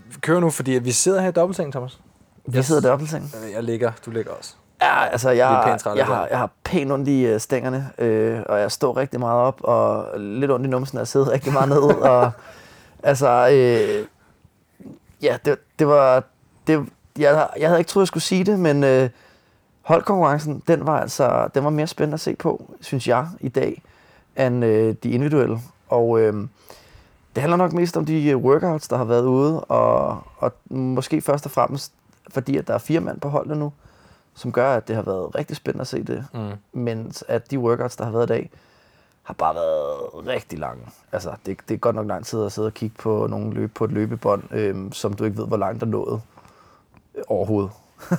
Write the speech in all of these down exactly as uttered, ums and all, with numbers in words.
kører nu, fordi vi sidder her i dobbeltseng, Thomas. Vi sidder i dobbeltseng. Jeg ligger, du ligger også. Ja, altså jeg, pænt træt, jeg, har, jeg har pænt ondt i uh, stængerne, øh, og jeg står rigtig meget op, og lidt ondt i numsen, og jeg sidder rigtig meget ned. og altså, øh, ja, det, det var, det, jeg, jeg havde ikke troet, jeg skulle sige det, men øh, holdkonkurrencen, den var altså, den var mere spændende at se på, synes jeg, i dag, end øh, de individuelle. Og øh, det handler nok mest om de workouts, der har været ude, og, og måske først og fremmest, fordi at der er fire mand på holdet nu, som gør, at det har været rigtig spændende at se det. Mm. Mens at de workouts, der har været i dag, har bare været rigtig lange. Altså, det, det er godt nok lang tid at sidde og kigge på nogle løb på et løbebånd, øhm, som du ikke ved, hvor langt der nåede øh, overhovedet.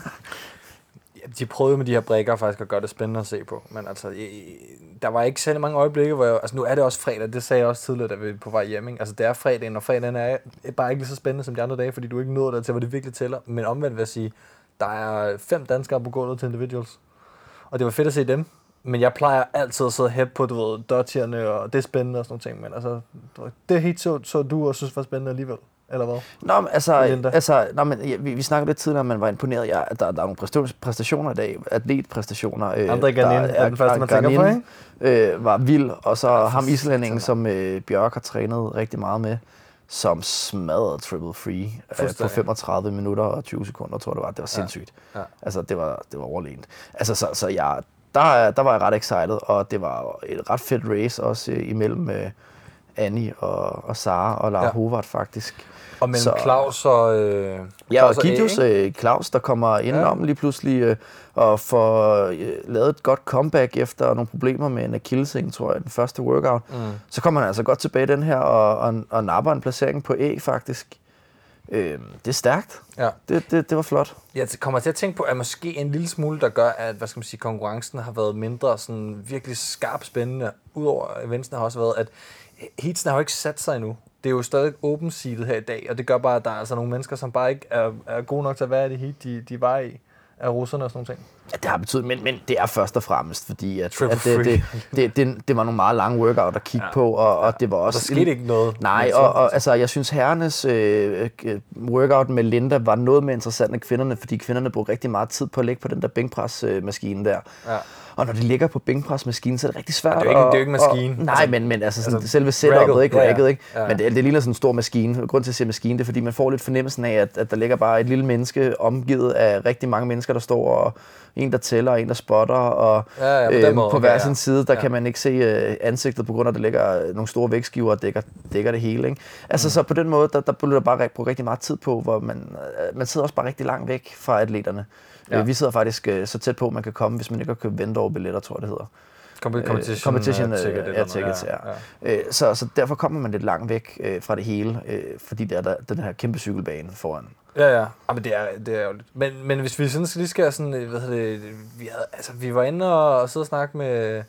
Ja, de prøvede med de her brækker faktisk at gøre det spændende at se på, men altså, der var ikke særlig mange øjeblikke, hvor jeg, altså nu er det også fredag, det sagde jeg også tidligere, da vi var på vej hjem, ikke? Altså det er fredagen, og fredagen er bare ikke lige så spændende som de andre dage, fordi du ikke nåede der til, hvor det virkelig tæller. Men omvendt vil jeg sige, der er fem danskere på gulvet til individuals, og det var fedt at se dem. Men jeg plejer altid at sidde og hæppe på, du ved, dodgerne, og det er spændende og sådan nogle ting, men altså, det helt så, så du og synes var spændende alligevel, eller hvad? Nå, men altså, altså nå, men, ja, vi, vi snakkede lidt tidligere, at man var imponeret, ja, at der, der er nogle præstationer i dag, atletpræstationer. Øh, André Ganin er den første, man tænker på, ikke? Øh, var vild, og så ja, ham islændingen, som øh, Bjørk har trænet rigtig meget med, som smadrede triple free øh, på femogtredive minutter og tyve sekunder, tror jeg det var. Det var sindssygt. Ja. Ja. Altså, det var, det var overlegent. Altså, så, så jeg, der, der var jeg ret excited, og det var et ret fedt race også øh, imellem øh, Annie og, og Sara og Lara ja. Hovart, faktisk. Og mellem så, Claus og... Øh, ja, og Gidius, øh, Claus, der kommer indenom ja. lige pludselig øh, og får øh, lavet et godt comeback efter nogle problemer med en akillesing, tror jeg, den første workout. Mm. Så kommer han altså godt tilbage den her og, og, og napper en placering på E, faktisk. Øh, det er stærkt. Ja. Det, det, det var flot. Jeg kommer til at tænke på, at måske en lille smule, der gør, at hvad skal man sige, konkurrencen har været mindre sådan virkelig skarp spændende. Udover eventsene har også været, at heatsene har jo ikke sat sig endnu. Det er jo stadig open seedet her i dag, og det gør bare, at der er altså nogle mennesker, som bare ikke er, er gode nok til at være i det heat, de, de var i, af russerne og sådan nogle ting. Ja, det har betydet, men, men det er først og fremmest, fordi at, at det, det, det, det, det var nogle meget lange workout at kigge ja. på, og, og det var også... Og der skete ikke noget. Nej, og, og altså, jeg synes, herrenes øh, workout med Linda var noget mere interessant end kvinderne, fordi kvinderne brugte rigtig meget tid på at lægge på den der bænkpres-maskine der. Ja. Og når de ligger på bænkpresmaskinen, så er det rigtig svært. Og det er jo ikke, det er ikke en maskine. Og, nej, altså, men, men altså, sådan, altså selve setupet, ikke? Ja, ja. ikke? Ja. Men det, det ligner sådan en stor maskine. Grunden til at sige maskine, det er, fordi man får lidt fornemmelsen af, at, at der ligger bare et lille menneske omgivet af rigtig mange mennesker, der står, og en, der tæller, og en, der spotter, og ja, ja, på, øh, måde, på hver ja, sin side, der ja. kan man ikke se øh, ansigtet, på grund af, at der ligger nogle store vægtskiver, og dækker, dækker det hele. Ikke? Altså, mm. så på den måde, der, der bliver der bare brugt rigtig meget tid på, hvor man, man sidder også bare rigtig langt væk fra atleterne. Ja. Vi sidder faktisk øh, så tæt på, man kan komme, hvis man ikke har købt vent-over-billetter, tror jeg, det hedder. Competition, øh, competition uh, ticket, ja, tickets, ja. ja. ja. Øh, så, så derfor kommer man lidt langt væk øh, fra det hele, øh, fordi der er der, den her kæmpe cykelbane foran. Ja, ja. Ah, men det er det er jo lidt. Men men hvis vi sådan lige skal sådan, hvad hedder det, vi havde, altså vi var inde og, og sidde og snakke med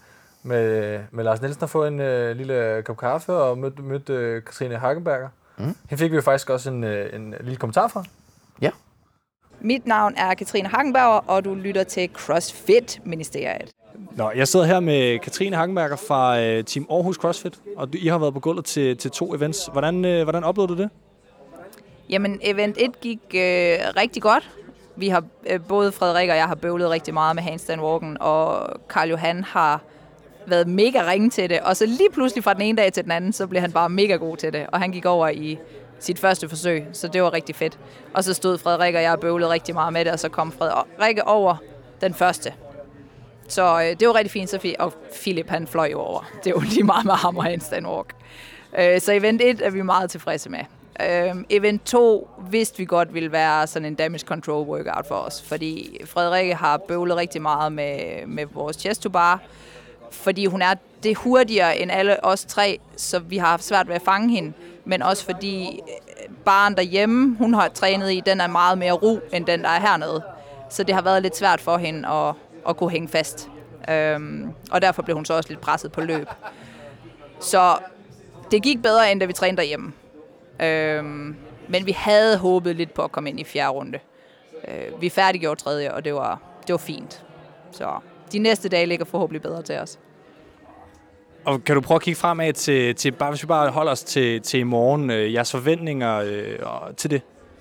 med med Lars Nielsen og få en øh, lille kop kaffe og mødte mød, øh, Katrine Hagenberger. Mm. Hende fik vi jo faktisk også en øh, en lille kommentar fra. Ja. Mit navn er Katrine Hagenberger, og du lytter til CrossFit-ministeriet. Nå, jeg sidder her med Katrine Hagenberger fra øh, Team Aarhus CrossFit, og I har været på gulvet til, til to events. Hvordan, øh, hvordan oplevede du det? Jamen, event et gik øh, rigtig godt. Vi har, øh, både Frederik og jeg har bøvlet rigtig meget med handstand walken, og Karl Johan har været mega ringe til det. Og så lige pludselig fra den ene dag til den anden, så blev han bare mega god til det. Og han gik over i sit første forsøg, så det var rigtig fedt. Og så stod Frederik og jeg og bøvlede rigtig meget med det, og så kom Frederik over den første. Så øh, det var rigtig fint, så fi- og Philip han fløj over. Det var lige meget med ham og handstand walk. Øh, så event et er vi meget tilfredse med. Øh, event to vidste vi godt ville være sådan en damage control workout for os, fordi Frederikke har bøvlet rigtig meget med, med vores chest to bar, fordi hun er det hurtigere end alle os tre, så vi har haft svært ved at fange hende, men også fordi baren derhjemme, hun har trænet i, den er meget mere ro, end den, der er hernede. Så det har været lidt svært for hende at, at kunne hænge fast. Øhm, og derfor blev hun så også lidt presset på løb. Så det gik bedre, end da vi trænede derhjemme. Øhm, men vi havde håbet lidt på at komme ind i fjerde runde. Øh, vi færdiggjorde tredje, og det var, det var fint. Så de næste dage ligger forhåbentlig bedre til os. Og kan du prøve at kigge fremad til, til bare, hvis vi bare holder os til, til i morgen, øh, jeres forventninger øh, til det?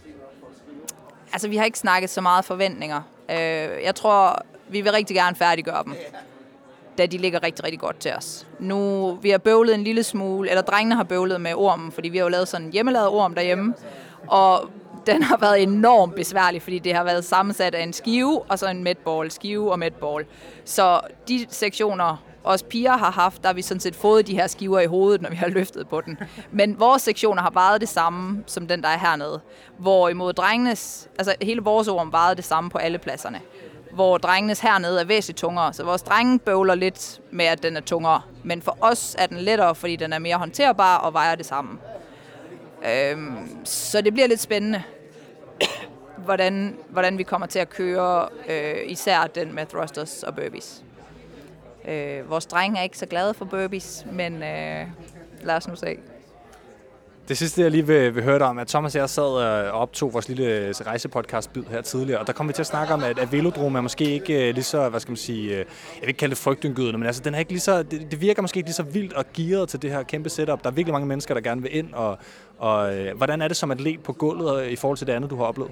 altså, vi har ikke snakket så meget forventninger. Øh, jeg tror, vi vil rigtig gerne færdiggøre dem, da de ligger rigtig, rigtig godt til os. Nu, vi har bøvlet en lille smule, eller drengene har bøvlet med ormen, fordi vi har jo lavet sådan en hjemmelavet orm derhjemme, og den har været enormt besværlig, fordi det har været sammensat af en skive, og så en medball, skive og medball. Så de sektioner, os piger har haft, der har vi sådan set fået de her skiver i hovedet, når vi har løftet på den. Men vores sektioner har vejet det samme, som den, der er hernede. Hvorimod drengenes, altså hele vores orm vejede det samme på alle pladserne. Hvor drengenes hernede er væsentligt tungere. Så vores drenge bøvler lidt med, at den er tungere. Men for os er den lettere, fordi den er mere håndterbar og vejer det samme. Øhm, så det bliver lidt spændende, hvordan, hvordan vi kommer til at køre øh, især den med thrusters og burpees. Øh, vores drenge er ikke så glade for burpees, men øh, lad os nu se. Det sidste, jeg lige vil, vil høre dig om, at Thomas og jeg sad og optog vores lille rejsepodcast-bid her tidligere, og der kom vi til at snakke om, at, at velodrome er måske ikke lige så, hvad skal man sige, jeg vil ikke kalde det frygtindgydende, men altså, den er ikke lige så, det, det virker måske ikke lige så vildt og gearet til det her kæmpe setup. Der er virkelig mange mennesker, der gerne vil ind, og, og hvordan er det som atlet på gulvet i forhold til det andet, du har oplevet?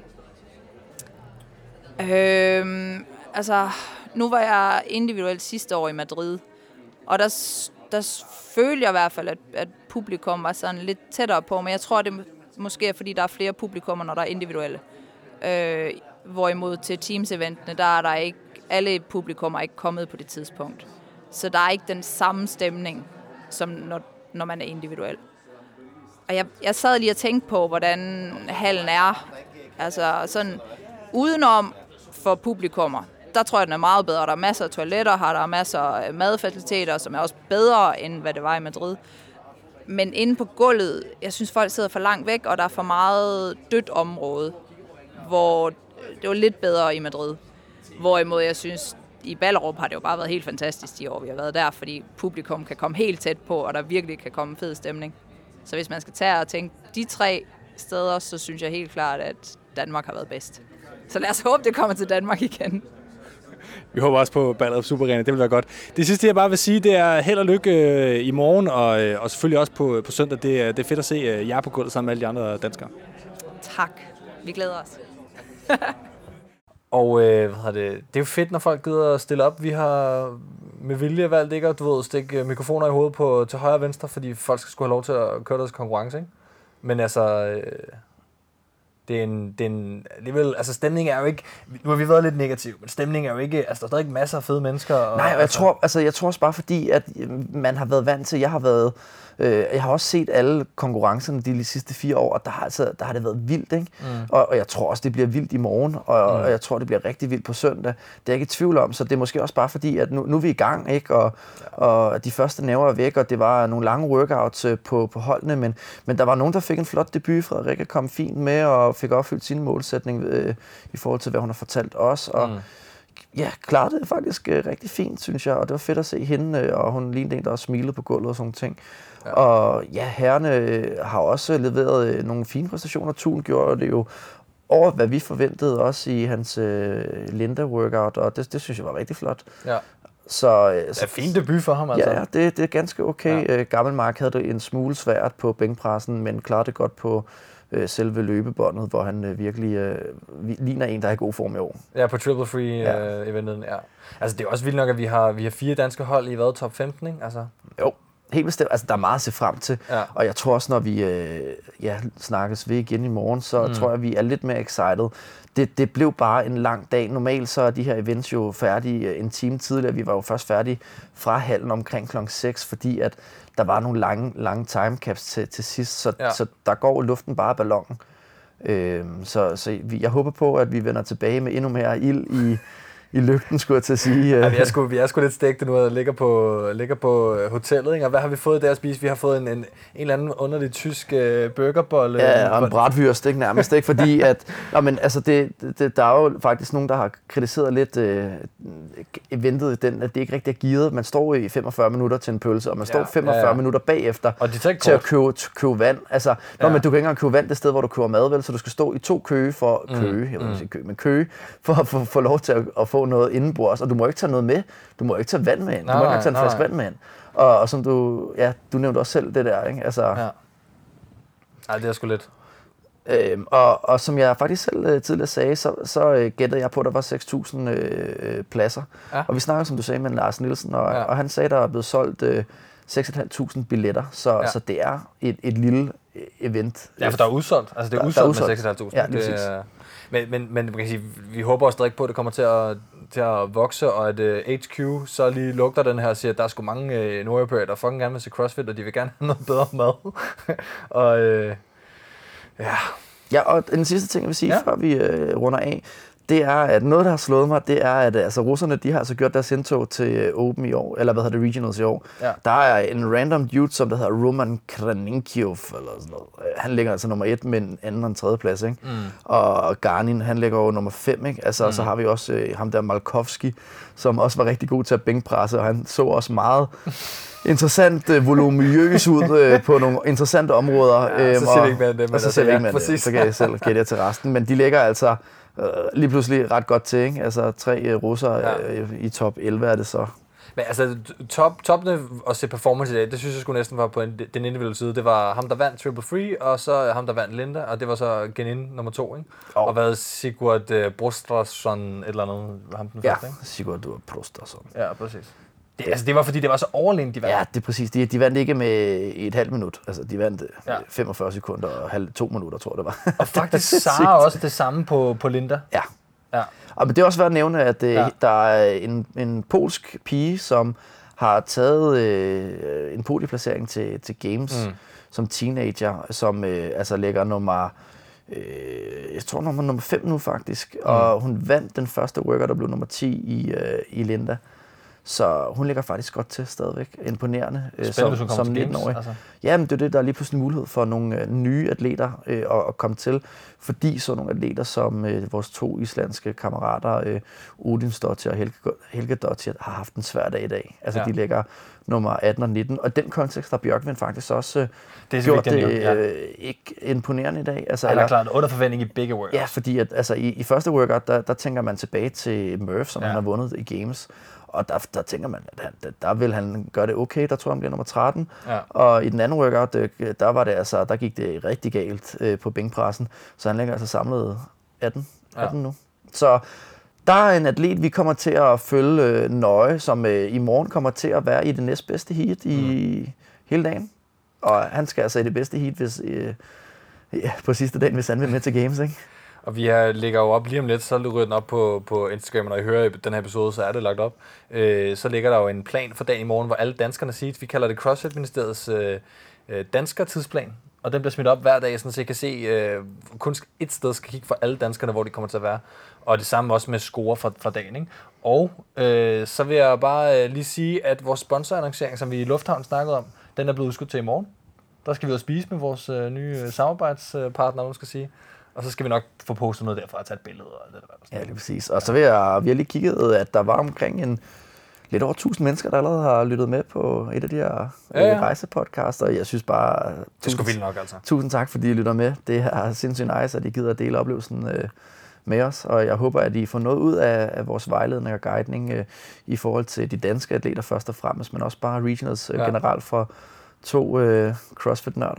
Øhm, altså, nu var jeg individuelt sidste år i Madrid, og der, der følte jeg i hvert fald, at, at publikum var sådan lidt tættere på, men jeg tror, det måske er, fordi der er flere publikummer, når der er individuelle. Øh, hvorimod til Teams-eventene, der er der ikke, alle publikummer er ikke kommet på det tidspunkt. Så der er ikke den samme stemning, som når, når man er individuel. Og jeg, jeg sad lige og tænkte på, hvordan hallen er. Altså sådan, udenom for publikummer, der tror jeg, den er meget bedre. Der er masser af toiletter her, der er masser af madfaciliteter, som er også bedre, end hvad det var i Madrid. Men inde på gulvet, jeg synes, folk sidder for langt væk, og der er for meget dødt område, hvor det var lidt bedre i Madrid. Hvorimod jeg synes, i Ballerup har det jo bare været helt fantastisk de år, vi har været der, fordi publikum kan komme helt tæt på, og der virkelig kan komme en fed stemning. Så hvis man skal tage og tænke de tre steder, så synes jeg helt klart, at Danmark har været bedst. Så lad os håbe, det kommer til Danmark igen. Vi håber også på Ballerup Super Arena, det vil være godt. Det sidste, jeg bare vil sige, det er held og lykke i morgen, og, og selvfølgelig også på, på søndag. Det er, det er fedt at se jer på gulvet sammen med alle de andre danskere. Tak. Vi glæder os. Og øh, hvad det, det er jo fedt, når folk gider at stille op. Vi har med vilje valgt ikke at, du ved, stikke mikrofoner i hovedet på, til højre og venstre, fordi folk skal skulle have lov til at køre deres konkurrence, ikke? Men altså... Øh, Det er en, det er en, alligevel, altså stemningen er jo ikke, nu har vi været lidt negativ, men stemningen er jo ikke, altså der er stadig masser af fede mennesker. Og, Nej, og jeg altså, tror, altså jeg tror også bare fordi, at man har været vant til, jeg har været, øh, jeg har også set alle konkurrencerne de sidste fire år, og der har, altså, der har det været vildt, ikke? Mm. Og, og jeg tror også, det bliver vildt i morgen, og, mm. og jeg tror, det bliver rigtig vildt på søndag. Det er jeg ikke i tvivl om, så det er måske også bare fordi, at nu, nu er vi i gang, ikke? Og, ja. og de første næver er væk, og det var nogle lange workouts på, på holdene, men, men der var nogen, der fik en flot debut. Frederikke kom fint med og fik opfyldt sin målsætning øh, i forhold til, hvad hun har fortalt os, og mm. ja, klarede det faktisk øh, rigtig fint, synes jeg, og det var fedt at se hende, øh, og hun lignede en, der også smilede på gulvet og sådan ting. Ja. Og ja, herrerne øh, har også leveret øh, nogle fine præstationer. Thun gjorde det jo over, hvad vi forventede, også i hans øh, Linda-workout, og det, det synes jeg var rigtig flot. Ja. Så, øh, det er fin debut for ham, altså. Ja, det, det er ganske okay. Ja. Øh, Gammelmark havde det en smule svært på bænkpressen, men klarede det godt på øh, selve løbebåndet, hvor han øh, virkelig øh, ligner en, der er i god form i år. Ja, på Triple Free ja. øh, eventet, ja. Altså, det er også vildt nok, at vi har, vi har fire danske hold i hvad, top femten, ikke? Altså. Jo, helt bestemt. Altså, der er meget at se frem til. Ja. Og jeg tror også, når vi øh, ja, snakkes ved igen i morgen, så mm. tror jeg, vi er lidt mere excited. Det, det blev bare en lang dag. Normalt så er de her events jo færdige en time tidligere. Vi var jo først færdige fra hallen omkring klokken seks, fordi at der var nogle lange, lange timecaps til, til sidst. Så, ja. så der går luften bare af ballonen. Øhm, så så vi, jeg håber på, at vi vender tilbage med endnu mere ild i, i lygten, skulle jeg til at sige. Ja, vi, er sgu, vi er sgu lidt stegte nu, og ligger på, ligger på hotellet, ikke? Og hvad har vi fået der at spise? Vi har fået en, en, en eller anden underlig tysk uh, burgerbolle. Ja, og en bratwurst, ikke nærmest, ikke? Fordi at, nå, men altså det, det, der er jo faktisk nogen, der har kritiseret lidt uh, eventet, den, at det ikke rigtig er gearet. Man står i femogfyrre minutter til en pølse, og man står ja, femogfyrre ja, ja. minutter bagefter og de til at købe, købe vand. Altså, nå, ja. men du kan ikke engang købe vand det sted, hvor du køber mad, vel? Så du skal stå i to køge for mm. køge, jeg vil ikke sige køge, men køge, for at få, få lov til at, at få noget indenbords, og du må ikke tage noget med. Du må ikke tage vand med ind. Du nej, må ikke tage en flaske vand med ind. Og, og som du, ja, du nævnte også selv det der, ikke? Altså, ja. Ej, det er sgu lidt. Øhm, og, og som jeg faktisk selv øh, tidligere sagde, så, så øh, gættede jeg på, at der var seks tusind øh, pladser. Ja. Og vi snakker, som du sagde, med Lars Nielsen, og, ja. og han sagde, at der er blevet solgt øh, seks tusind fem hundrede billetter. Så, ja. så det er et, et lille event. Ja, for der er udsolgt. Altså det er der, udsolgt, der er udsolgt med seks tusind fem hundrede. Ja, det, men, men, men man kan sige, vi håber også stadig på, at det kommer til at, til at vokse, og at uh, H Q så lige lugter den her og siger, at der er sgu mange uh, nordeuropæere, der fucking gerne vil se CrossFit, og de vil gerne have noget bedre mad. og uh, ja... Ja, og den sidste ting, jeg vil sige, ja. før vi øh, runder af, det er, at noget, der har slået mig, det er, at altså, russerne, de har altså gjort deres indtog til Open i år, eller hvad hedder det, Regionals i år. Ja. Der er en random dude, som der hedder Roman Kraninkiev, eller sådan noget. Han ligger altså nummer et, men anden og en tredje plads, ikke? Mm. Og Garnin, han ligger jo nummer fem, ikke? Altså, mm. så har vi også øh, ham der Malkovski, som også var rigtig god til at bænkpresse, og han så også meget... interessant øh, voluminøs ud øh, på nogle interessante områder. Ja, øh, så ser vi ikke mere end det. Og så ser vi ikke mere end det. Så kan jeg selv gætte til resten. Men de ligger altså øh, lige pludselig ret godt til, ikke? Altså tre øh, russere øh, i top elleve er det så. Men altså top, toppene at se performance i dag, det synes jeg skulle næsten var på en, den individuelle side. Det var ham, der vandt Triple Free, og så ham, der vandt Linda, og det var så Genin nummer to, ikke? Oh. Og hvad Sigurd uh, Brostrason, et eller andet, ham den ja, første, ikke? Sigurd Brostrason. Ja, præcis. Det, altså, det var fordi, det var så overlegent, de vandt. Ja, det er præcis. De, de vandt ikke med et halvt minut. Altså, de vandt ja. femogfyrre sekunder og halv, to minutter, tror jeg, det var. Og faktisk Sara også det samme på, på Linda. Ja. ja. Og men det er også værd at nævne, at øh, ja. der er en, en polsk pige, som har taget øh, en podieplacering til, til Games mm. som teenager, som øh, altså ligger nummer... Øh, jeg tror, nummer, nummer fem nu, faktisk. Mm. Og hun vandt den første worker, der blev nummer ti i, øh, i Linda. Så hun ligger faktisk godt til stadigvæk. Imponerende. Spændende, som, som nitten-årig. Altså. Ja, men det er det, der er lige pludselig mulighed for nogle øh, nye atleter øh, at, at komme til. Fordi så nogle atleter som øh, vores to islandske kammerater, øh, Odinsdottir og Helge, Helge Dottir, har haft en svær dag i dag. Altså, ja. de ligger nummer atten og nitten. Og den kontekst har Bjørkvind faktisk også øh, det gjort det øh, ja. ikke imponerende i dag. Altså, han har klart under forventning i begge workouts. Ja, fordi at, altså, i, i første workout, der, der tænker man tilbage til Murph, som ja. han har vundet i Games. Og der, der tænker man, at han, der, der vil han gøre det okay, der tror jeg, han bliver nummer tretten. Ja. Og i den anden workout, der var det altså, der gik det rigtig galt øh, på bænkpressen. Så han ligger altså samlet atten, atten ja. nu. Så der er en atlet, vi kommer til at følge øh, nøje, som øh, i morgen kommer til at være i det næstbedste heat i mm. hele dagen. Og han skal altså i det bedste heat hvis, øh, ja, på sidste dagen, hvis han vil med til Games, ikke? Og vi her ligger jo op lige om lidt, så ryger den op på, på Instagram, når I hører den her episode, så er det lagt op. Øh, så ligger der jo en plan for dagen i morgen, hvor alle danskerne siger, vi kalder det CrossFit-ministeriets øh, danskertidsplan. Og den bliver smidt op hver dag, så I kan se, øh, kun et sted skal kigge for alle danskerne, hvor de kommer til at være. Og det samme også med score fra, fra dagen, ikke? Og øh, så vil jeg bare øh, lige sige, at vores sponsorannoncering, som vi i Lufthavn snakkede om, den er blevet udskudt til i morgen. Der skal vi jo spise med vores øh, nye øh, samarbejdspartner, man skal sige. Og så skal vi nok få postet noget derfra og tage et billede og alt det der. Ja, lige præcis. Og så vil jeg, vi har lige kigget, at der var omkring en lidt over tusind mennesker, der allerede har lyttet med på et af de her ja, ja. rejsepodcasts, og jeg synes bare... Det skulle vildt nok, altså. Tusind tak, fordi I lytter med. Det er sindssygt nice, at I gider at dele oplevelsen øh, med os, og jeg håber, at I får noget ud af, af vores vejledning og guidning øh, i forhold til de danske atleter først og fremmest, men også bare regionals øh, ja. generelt for to øh, CrossFit-nørder.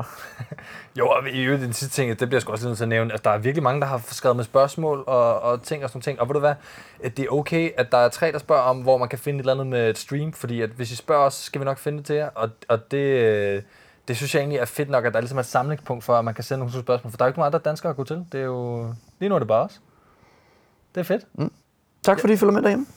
Jo, og i øvrigt den sidste ting, det bliver sgu også lidt til at nævne, at der er virkelig mange, der har skrevet med spørgsmål og, og ting og sådan ting. Og ved du hvad, det er okay, at der er tre, der spørger om, hvor man kan finde et eller andet med et stream, fordi at hvis I spørger os, skal vi nok finde det til jer. Og, og det, det synes jeg egentlig er fedt nok, at der er ligesom et samlingspunkt for, at man kan sende nogle spørgsmål, for der er jo ikke nogen andre danskere at gå til. Det er jo lige nu er det bare os. Det er fedt. Mm. Tak fordi I følger med derhjemme.